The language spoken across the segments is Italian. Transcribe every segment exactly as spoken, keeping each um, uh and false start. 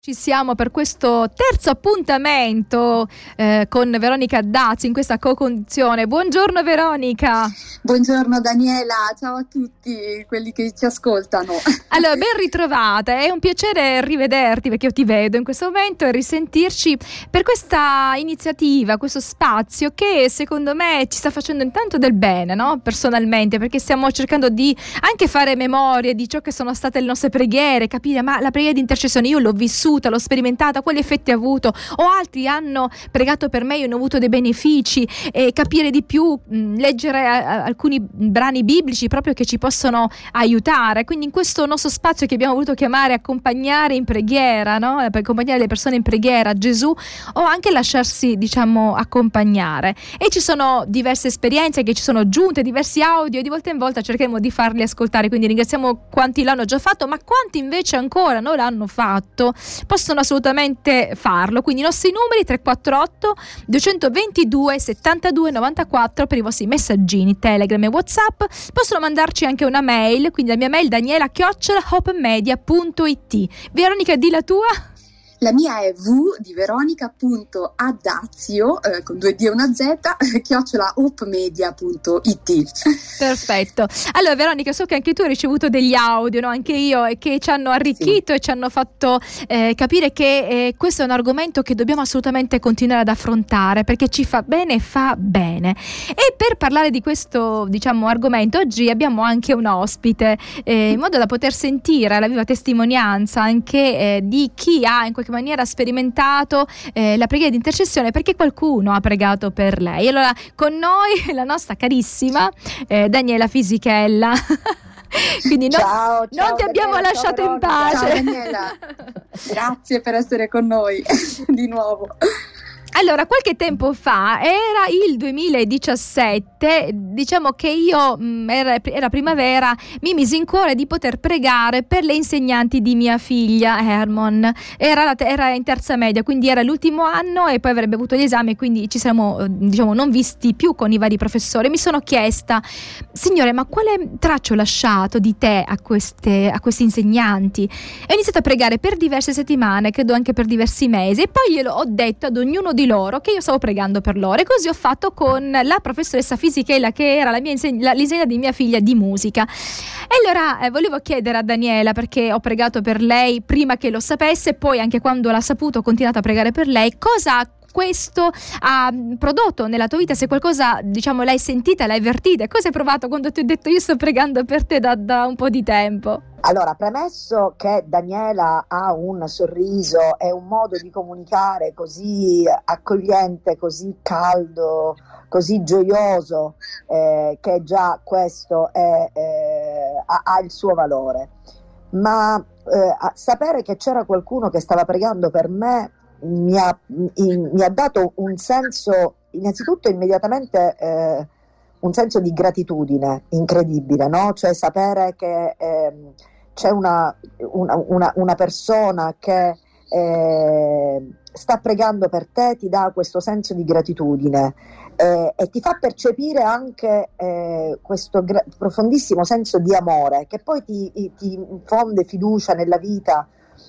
Ci siamo per questo terzo appuntamento eh, con Veronica Dazzi in questa co-conduzione. Buongiorno Veronica. Buongiorno Daniela, ciao a tutti quelli che ci ascoltano. Allora, ben ritrovata, è un piacere rivederti perché io ti vedo in questo momento e risentirci per questa iniziativa, questo spazio che secondo me ci sta facendo intanto del bene, no? Personalmente, perché stiamo cercando di anche fare memoria di ciò che sono state le nostre preghiere, capire ma la preghiera di intercessione io l'ho vissuta, l'ho sperimentata, quali effetti ha avuto, o altri hanno pregato per me, io ne ho avuto dei benefici, e capire di più, mh, leggere a, a, alcuni brani biblici proprio che ci possono aiutare. Quindi in questo nostro spazio che abbiamo voluto chiamare accompagnare in preghiera, no? Per accompagnare le persone in preghiera a Gesù, o anche lasciarsi, diciamo, accompagnare. E ci sono diverse esperienze che ci sono giunte, diversi audio, e di volta in volta cercheremo di farli ascoltare. Quindi ringraziamo quanti l'hanno già fatto, ma quanti invece ancora non l'hanno fatto possono assolutamente farlo. Quindi i nostri numeri tre quattro otto duecentoventidue settantadue novantaquattro per i vostri messaggini Telegram e WhatsApp. Possono mandarci anche una mail, quindi la mia mail daniela chiocciola hopemedia punto it. Veronica, di la tua? La mia è v di veronica.adazio eh, con due d e una z chiocciola hopemedia punto it. Perfetto. Allora Veronica, so che anche tu hai ricevuto degli audio, no? Anche io, e che ci hanno arricchito, sì, e ci hanno fatto eh, capire che eh, questo è un argomento che dobbiamo assolutamente continuare ad affrontare perché ci fa bene e fa bene. E per parlare di questo, diciamo, argomento oggi abbiamo anche un ospite eh, in modo da poter sentire la viva testimonianza anche eh, di chi ha in qualche maniera sperimentato eh, la preghiera di intercessione, perché qualcuno ha pregato per lei. Allora con noi la nostra carissima eh, Daniela Fisichella. Quindi no, ciao, ciao, non ti abbiamo Daniela, lasciato ciao, in pace. Ciao Daniela, grazie per essere con noi di nuovo. Allora, qualche tempo fa, era il duemiladiciassette, diciamo che io, mh, era, era primavera, mi misi in cuore di poter pregare per le insegnanti di mia figlia, Hermon. Era, la, era in terza media, quindi era l'ultimo anno e poi avrebbe avuto gli esami, quindi ci siamo, diciamo, non visti più con i vari professori. Mi sono chiesta, Signore, ma quale traccio ho lasciato di te a, queste, a questi insegnanti? E ho iniziato a pregare per diverse settimane, credo anche per diversi mesi, e poi glielo ho detto ad ognuno di loro che io stavo pregando per loro, e così ho fatto con la professoressa Fisichella, che era la mia insegn- la, l'insegnante di mia figlia di musica. E allora eh, volevo chiedere a Daniela, perché ho pregato per lei prima che lo sapesse, poi anche quando l'ha saputo ho continuato a pregare per lei, cosa questo ha prodotto nella tua vita, se qualcosa, diciamo, l'hai sentita, l'hai avvertita, cosa hai provato quando ti ho detto io sto pregando per te da, da un po' di tempo? Allora, premesso che Daniela ha un sorriso e un modo di comunicare così accogliente, così caldo, così gioioso, eh, che già questo è, eh, ha, ha il suo valore, ma eh, sapere che c'era qualcuno che stava pregando per me mi ha, in, mi ha dato un senso, innanzitutto immediatamente eh, un senso di gratitudine incredibile, no? Cioè sapere che eh, c'è una, una, una, una persona che eh, sta pregando per te, ti dà questo senso di gratitudine eh, e ti fa percepire anche eh, questo gra- profondissimo senso di amore che poi ti, ti infonde fiducia nella vita.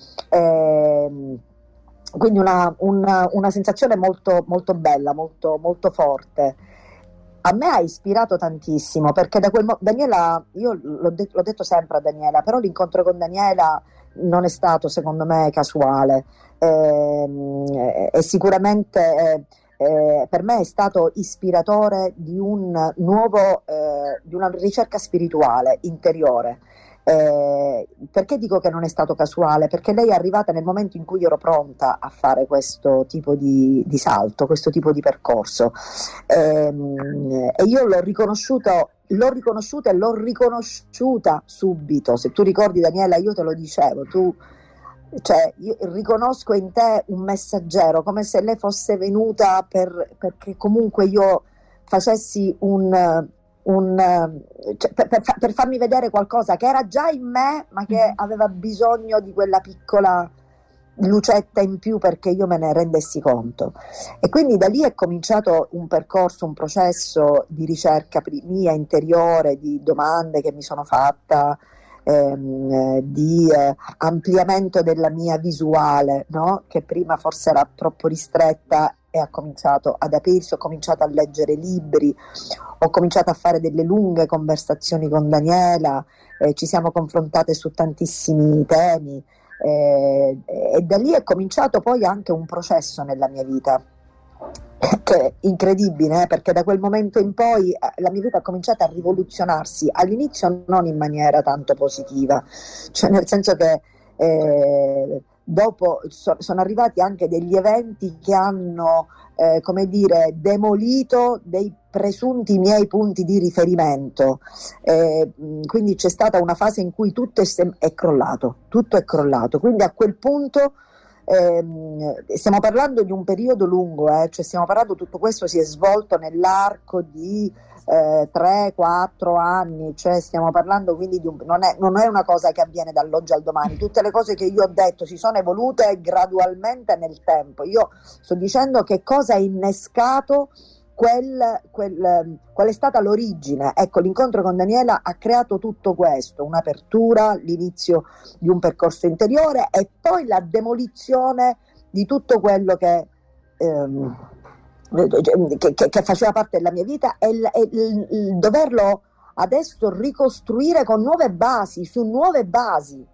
Eh, quindi una, una, una sensazione molto, molto bella, molto, molto forte. A me ha ispirato tantissimo, perché da quel mo- Daniela, io l'ho, de- l'ho detto sempre a Daniela, però l'incontro con Daniela non è stato, secondo me, casuale, e, e sicuramente eh, eh, per me è stato ispiratore di un nuovo, eh, di una ricerca spirituale interiore. Eh, perché dico che non è stato casuale? Perché lei è arrivata nel momento in cui io ero pronta a fare questo tipo di, di salto, questo tipo di percorso, eh, e io l'ho riconosciuto, l'ho riconosciuta e l'ho riconosciuta subito. Se tu ricordi, Daniela, io te lo dicevo, tu, cioè, io riconosco in te un messaggero, come se lei fosse venuta per, perché comunque io facessi un Un, cioè, per, per, per farmi vedere qualcosa che era già in me, ma che aveva bisogno di quella piccola lucetta in più perché io me ne rendessi conto. E quindi da lì è cominciato un percorso, un processo di ricerca mia interiore, di domande che mi sono fatta, ehm, di eh, ampliamento della mia visuale, no? Che prima forse era troppo ristretta e ha cominciato ad aprirsi, ho cominciato a leggere libri, ho cominciato a fare delle lunghe conversazioni con Daniela, eh, ci siamo confrontate su tantissimi temi, eh, e da lì è cominciato poi anche un processo nella mia vita che è incredibile, eh, perché da quel momento in poi eh, la mia vita ha cominciato a rivoluzionarsi, all'inizio non in maniera tanto positiva, cioè nel senso che eh, dopo so, sono arrivati anche degli eventi che hanno eh, come dire demolito dei presunti miei punti di riferimento, eh, quindi c'è stata una fase in cui tutto è, sem- è crollato, tutto è crollato, quindi a quel punto Eh, stiamo parlando di un periodo lungo, eh, cioè stiamo parlando, tutto questo si è svolto nell'arco di eh, tre quattro anni, cioè stiamo parlando quindi di un, non, è, non è una cosa che avviene dall'oggi al domani, tutte le cose che io ho detto si sono evolute gradualmente nel tempo. Io sto dicendo che cosa ha innescato Quel, quel, qual è stata l'origine. Ecco, l'incontro con Daniela ha creato tutto questo, un'apertura, l'inizio di un percorso interiore e poi la demolizione di tutto quello che, ehm, che, che, che faceva parte della mia vita e il, e il, il doverlo adesso ricostruire con nuove basi, su nuove basi.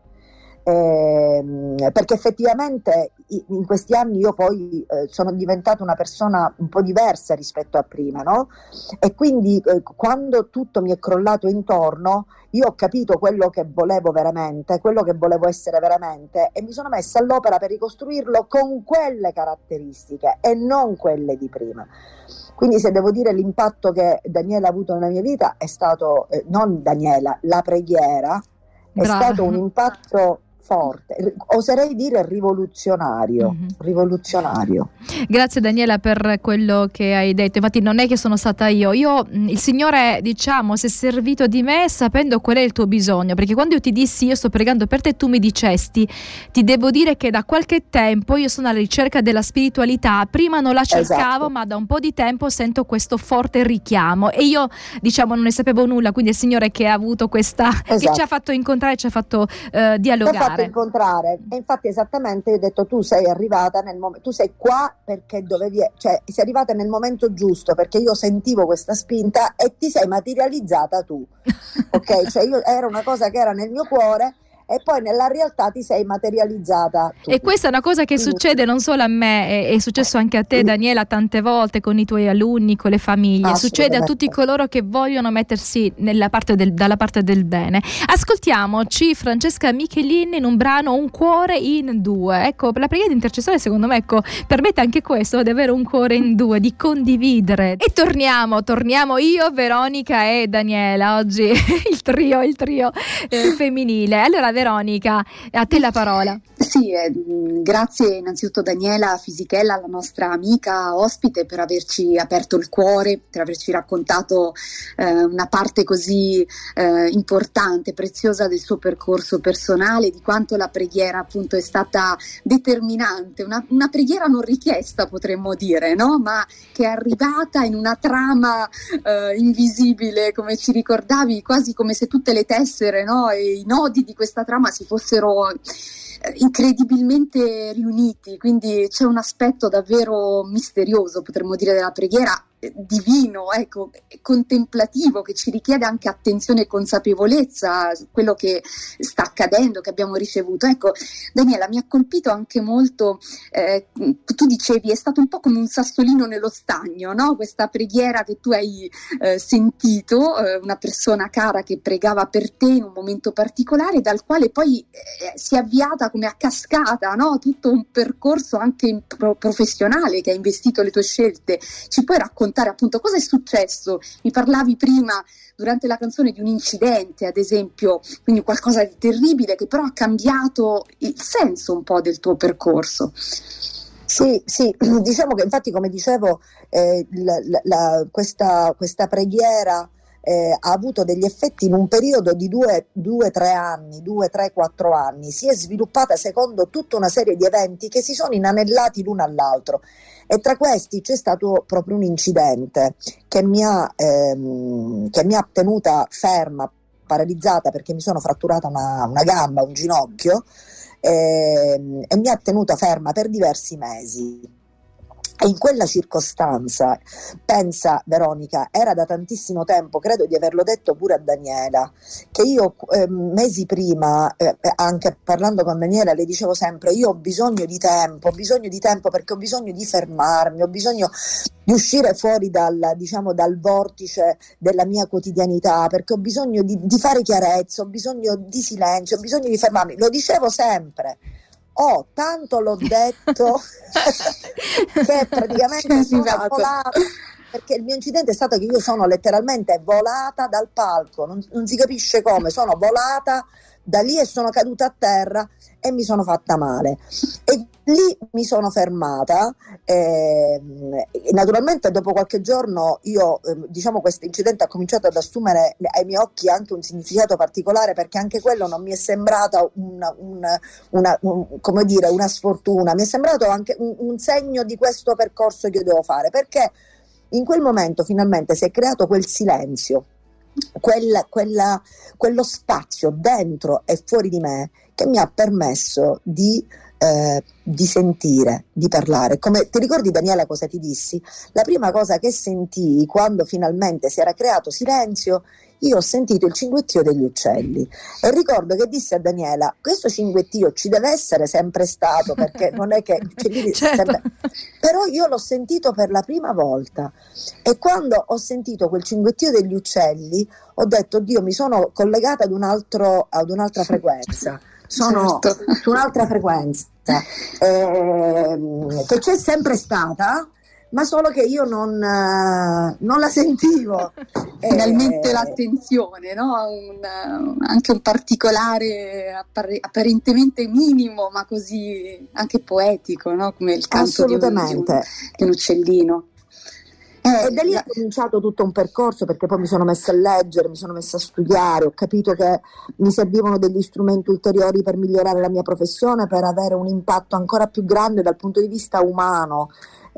Eh, perché effettivamente in questi anni io poi eh, sono diventata una persona un po' diversa rispetto a prima, no? E quindi eh, quando tutto mi è crollato intorno io ho capito quello che volevo veramente, quello che volevo essere veramente, e mi sono messa all'opera per ricostruirlo con quelle caratteristiche e non quelle di prima. Quindi se devo dire l'impatto che Daniela ha avuto nella mia vita è stato, eh, non Daniela, la preghiera, è Brava. stato un impatto forte, oserei dire rivoluzionario, Mm-hmm. rivoluzionario. Grazie Daniela per quello che hai detto. Infatti non è che sono stata io, io il Signore, diciamo, si è servito di me sapendo qual è il tuo bisogno, perché quando io ti dissi io sto pregando per te, tu mi dicesti ti devo dire che da qualche tempo io sono alla ricerca della spiritualità, prima non la cercavo, esatto, ma da un po' di tempo sento questo forte richiamo e io, diciamo, non ne sapevo nulla, quindi il Signore che ha avuto questa, esatto, che ci ha fatto incontrare, ci ha fatto uh, dialogare, incontrare. E infatti esattamente io ho detto tu sei arrivata nel momento, tu sei qua perché dovevi, cioè sei arrivata nel momento giusto, perché io sentivo questa spinta e ti sei materializzata tu, ok? Cioè io, era una cosa che era nel mio cuore e poi nella realtà ti sei materializzata tu. E questa è una cosa che Quindi, succede non solo a me, è, è successo anche a te Daniela tante volte con i tuoi alunni, con le famiglie, succede a tutti coloro che vogliono mettersi nella parte del, dalla parte del bene. Ascoltiamoci Francesca Michelin in un brano Un cuore in due. Ecco, la preghiera di intercessore secondo me ecco, permette anche questo, di avere un cuore in due, di condividere. E torniamo, torniamo io, Veronica e Daniela, oggi il trio, il trio eh, femminile. Allora Veronica, a te la parola. Sì, eh, grazie innanzitutto Daniela Fisichella, la nostra amica ospite, per averci aperto il cuore, per averci raccontato eh, una parte così eh, importante, preziosa del suo percorso personale, di quanto la preghiera appunto è stata determinante, una, una preghiera non richiesta potremmo dire, no? Ma che è arrivata in una trama eh, invisibile, come ci ricordavi, quasi come se tutte le tessere, no? E i nodi di questa trama si fossero incredibilmente riuniti, quindi c'è un aspetto davvero misterioso, potremmo dire, della preghiera, divino, ecco, contemplativo, che ci richiede anche attenzione e consapevolezza su quello che sta accadendo, che abbiamo ricevuto. Ecco, Daniela, mi ha colpito anche molto, eh, tu dicevi, è stato un po' come un sassolino nello stagno, no? Questa preghiera che tu hai eh, sentito, eh, una persona cara che pregava per te in un momento particolare, dal quale poi eh, si è avviata come a cascata, no? Tutto un percorso anche pro- professionale che ha investito le tue scelte. Ci puoi raccontare appunto cosa è successo? Mi parlavi prima durante la canzone di un incidente, ad esempio, quindi qualcosa di terribile che però ha cambiato il senso un po' del tuo percorso. Sì, sì, diciamo che infatti, come dicevo, eh, la, la, la, questa, questa preghiera eh, ha avuto degli effetti in un periodo di due, due, tre anni, due, tre, quattro anni, si è sviluppata secondo tutta una serie di eventi che si sono inanellati l'uno all'altro. E tra questi c'è stato proprio un incidente che mi ha, ehm, che mi ha tenuta ferma paralizzata perché mi sono fratturata una, una gamba, un ginocchio, eh, e mi ha tenuta ferma per diversi mesi. E in quella circostanza, pensa Veronica, era da tantissimo tempo, credo di averlo detto pure a Daniela, che io eh, mesi prima, eh, anche parlando con Daniela, le dicevo sempre: io ho bisogno di tempo, ho bisogno di tempo perché ho bisogno di fermarmi, ho bisogno di uscire fuori dal, diciamo, dal vortice della mia quotidianità, perché ho bisogno di, di fare chiarezza, ho bisogno di silenzio, ho bisogno di fermarmi. Lo dicevo sempre. Oh, tanto l'ho detto che praticamente sono volata, perché il mio incidente è stato che io sono letteralmente volata dal palco, non, non si capisce come, sono volata da lì e sono caduta a terra e mi sono fatta male, e lì mi sono fermata. E, e naturalmente dopo qualche giorno io, eh, diciamo, questo incidente ha cominciato ad assumere ai miei occhi anche un significato particolare, perché anche quello non mi è sembrata una, una, una, un, come dire, una sfortuna, mi è sembrato anche un, un segno di questo percorso che io devo fare, perché in quel momento finalmente si è creato quel silenzio, quel, quella, quello spazio dentro e fuori di me che mi ha permesso di, eh, di sentire, di parlare. Come ti ricordi, Daniela, cosa ti dissi? La prima cosa che sentii quando finalmente si era creato silenzio, io ho sentito il cinguettio degli uccelli, e ricordo che dissi a Daniela: questo cinguettio ci deve essere sempre stato, perché non è che uccellini certo. sempre... però io l'ho sentito per la prima volta, e quando ho sentito quel cinguettio degli uccelli ho detto: Dio, mi sono collegata ad un altro, ad un'altra frequenza, sono certo. su un'altra frequenza eh, che c'è sempre stata, ma solo che io non, uh, non la sentivo. Finalmente eh, l'attenzione, no? un, anche un particolare appare- apparentemente minimo, ma così anche poetico, no? Come il canto di un, di, un, di un uccellino. Eh, e da lì è cominciato tutto un percorso, perché poi mi sono messa a leggere, mi sono messa a studiare, ho capito che mi servivano degli strumenti ulteriori per migliorare la mia professione, per avere un impatto ancora più grande dal punto di vista umano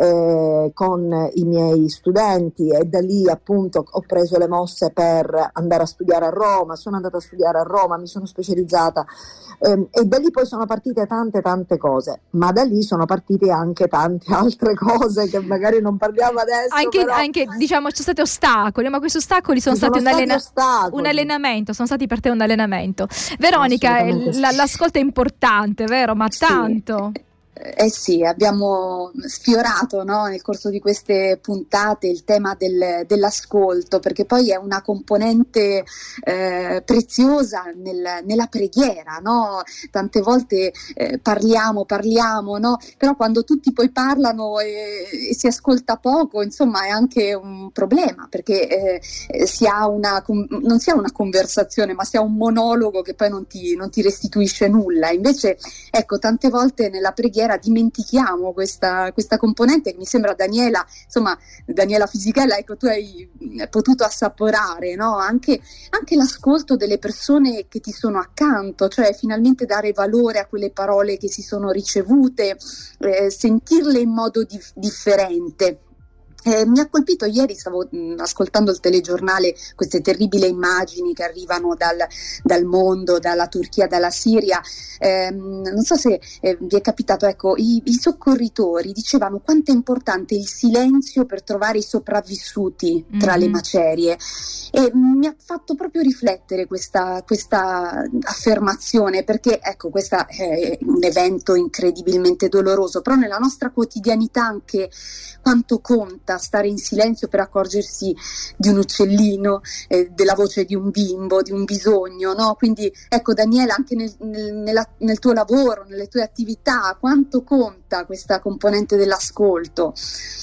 eh, con i miei studenti, e da lì appunto ho preso le mosse per andare a studiare a Roma, sono andata a studiare a Roma, mi sono specializzata eh, e da lì poi sono partite tante tante cose, ma da lì sono partite anche tante altre cose che magari non parliamo adesso. Anche, però... anche diciamo ci sono stati ostacoli, ma questi ostacoli sono Ci stati, sono un, stati allena- un allenamento, sono stati per te un allenamento. Veronica, l- sì. l'ascolto è importante, vero? Ma sì. tanto. Eh sì, abbiamo sfiorato, no, nel corso di queste puntate il tema del, dell'ascolto, perché poi è una componente eh, preziosa nel, nella preghiera, no? Tante volte eh, parliamo, parliamo, no? Però quando tutti poi parlano e, e si ascolta poco, insomma, è anche un problema, perché eh, si ha una, non si ha una conversazione, ma si ha un monologo che poi non ti, non ti restituisce nulla. Invece, ecco, tante volte nella preghiera dimentichiamo questa, questa componente che mi sembra, Daniela, insomma, Daniela Fisichella, ecco, tu hai potuto assaporare, no? Anche, anche l'ascolto delle persone che ti sono accanto, cioè finalmente dare valore a quelle parole che si sono ricevute, eh, sentirle in modo dif- differente. Eh, mi ha colpito ieri, stavo mh, ascoltando il telegiornale, queste terribili immagini che arrivano dal, dal mondo, dalla Turchia, dalla Siria. Eh, non so se eh, vi è capitato, ecco, i, i soccorritori dicevano quanto è importante il silenzio per trovare i sopravvissuti tra mm-hmm. le macerie, e mi ha fatto proprio riflettere questa, questa affermazione, perché ecco, questo è un evento incredibilmente doloroso, però nella nostra quotidianità anche quanto conta stare in silenzio per accorgersi di un uccellino, eh, della voce di un bimbo, di un bisogno, no? Quindi ecco, Daniela, anche nel, nel, nella, nel tuo lavoro, nelle tue attività, quanto conta questa componente dell'ascolto?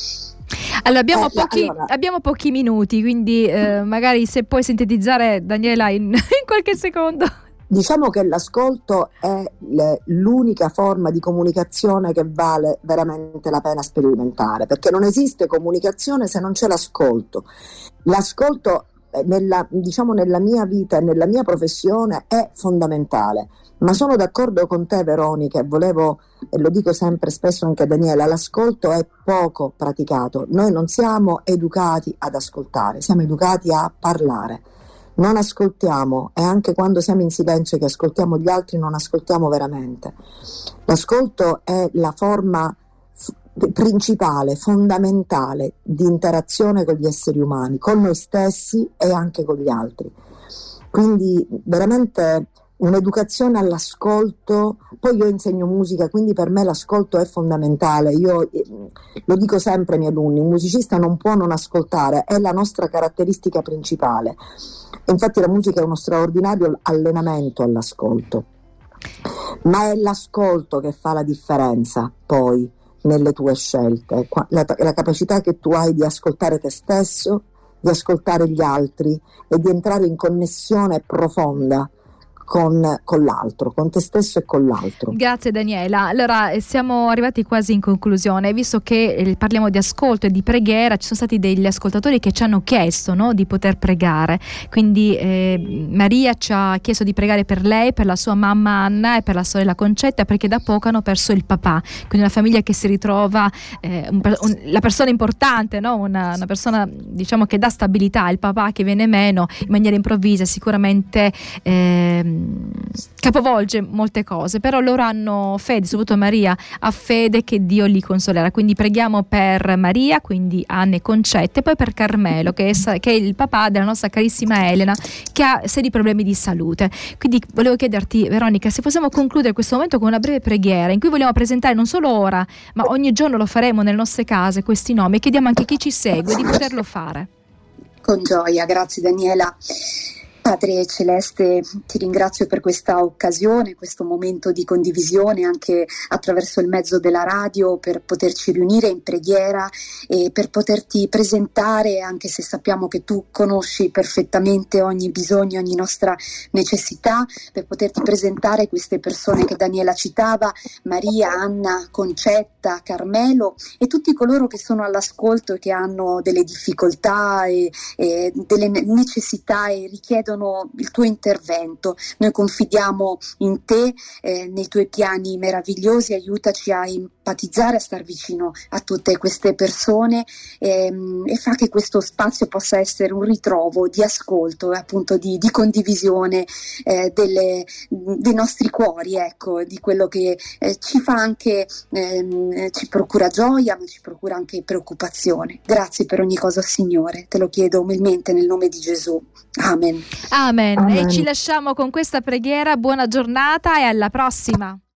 Allora, abbiamo, eh, pochi, allora. abbiamo pochi minuti, quindi eh, magari se puoi sintetizzare, Daniela, in, in qualche secondo. Diciamo che l'ascolto è le, l'unica forma di comunicazione che vale veramente la pena sperimentare, perché non esiste comunicazione se non c'è l'ascolto. L'ascolto nella, diciamo, nella mia vita e nella mia professione è fondamentale, ma sono d'accordo con te, Veronica, e volevo, e lo dico sempre spesso anche a Daniela, l'ascolto è poco praticato. Noi non siamo educati ad ascoltare, siamo educati a parlare. non ascoltiamo, e anche quando siamo in silenzio che ascoltiamo gli altri non ascoltiamo veramente. L'ascolto è la forma f- principale, fondamentale di interazione con gli esseri umani, con noi stessi e anche con gli altri. Quindi veramente un'educazione all'ascolto. Poi io insegno musica, quindi per me l'ascolto è fondamentale. Io eh, lo dico sempre ai miei alunni: un musicista non può non ascoltare, è la nostra caratteristica principale. E infatti la musica è uno straordinario allenamento all'ascolto, ma è l'ascolto che fa la differenza poi nelle tue scelte, la, la capacità che tu hai di ascoltare te stesso, di ascoltare gli altri e di entrare in connessione profonda Con, con l'altro, con te stesso e con l'altro. Grazie Daniela. Allora siamo arrivati quasi in conclusione, visto che eh, parliamo di ascolto e di preghiera. Ci sono stati degli ascoltatori che ci hanno chiesto, no, di poter pregare, quindi eh, Maria ci ha chiesto di pregare per lei, per la sua mamma Anna e per la sorella Concetta, perché da poco hanno perso il papà, quindi una famiglia che si ritrova eh, un, un, la persona importante, no? una, una persona, diciamo, che dà stabilità, il papà che viene meno in maniera improvvisa sicuramente eh, capovolge molte cose, però loro hanno fede, soprattutto Maria ha fede che Dio li consolerà, quindi preghiamo per Maria, quindi Anna e Concetta, e poi per Carmelo che è, che è il papà della nostra carissima Elena, che ha seri problemi di salute. Quindi volevo chiederti, Veronica, se possiamo concludere questo momento con una breve preghiera in cui vogliamo presentare non solo ora, ma ogni giorno lo faremo nelle nostre case, questi nomi, e chiediamo anche a chi ci segue di poterlo fare. Con gioia, grazie Daniela. Padre Celeste, ti ringrazio per questa occasione, questo momento di condivisione anche attraverso il mezzo della radio, per poterci riunire in preghiera e per poterti presentare, anche se sappiamo che tu conosci perfettamente ogni bisogno, ogni nostra necessità, per poterti presentare queste persone che Daniela citava, Maria, Anna, Concetta, Carmelo e tutti coloro che sono all'ascolto e che hanno delle difficoltà e, e delle necessità e richiedono il tuo intervento. Noi confidiamo in te, eh, nei tuoi piani meravigliosi. Aiutaci a empatizzare, a star vicino a tutte queste persone ehm, e fa che questo spazio possa essere un ritrovo di ascolto e appunto di, di condivisione eh, delle, dei nostri cuori, ecco, di quello che eh, ci fa anche ehm, ci procura gioia, ma ci procura anche preoccupazione. Grazie per ogni cosa, Signore, te lo chiedo umilmente nel nome di Gesù. Amen. Amen. Amen. E ci lasciamo con questa preghiera. Buona giornata e alla prossima.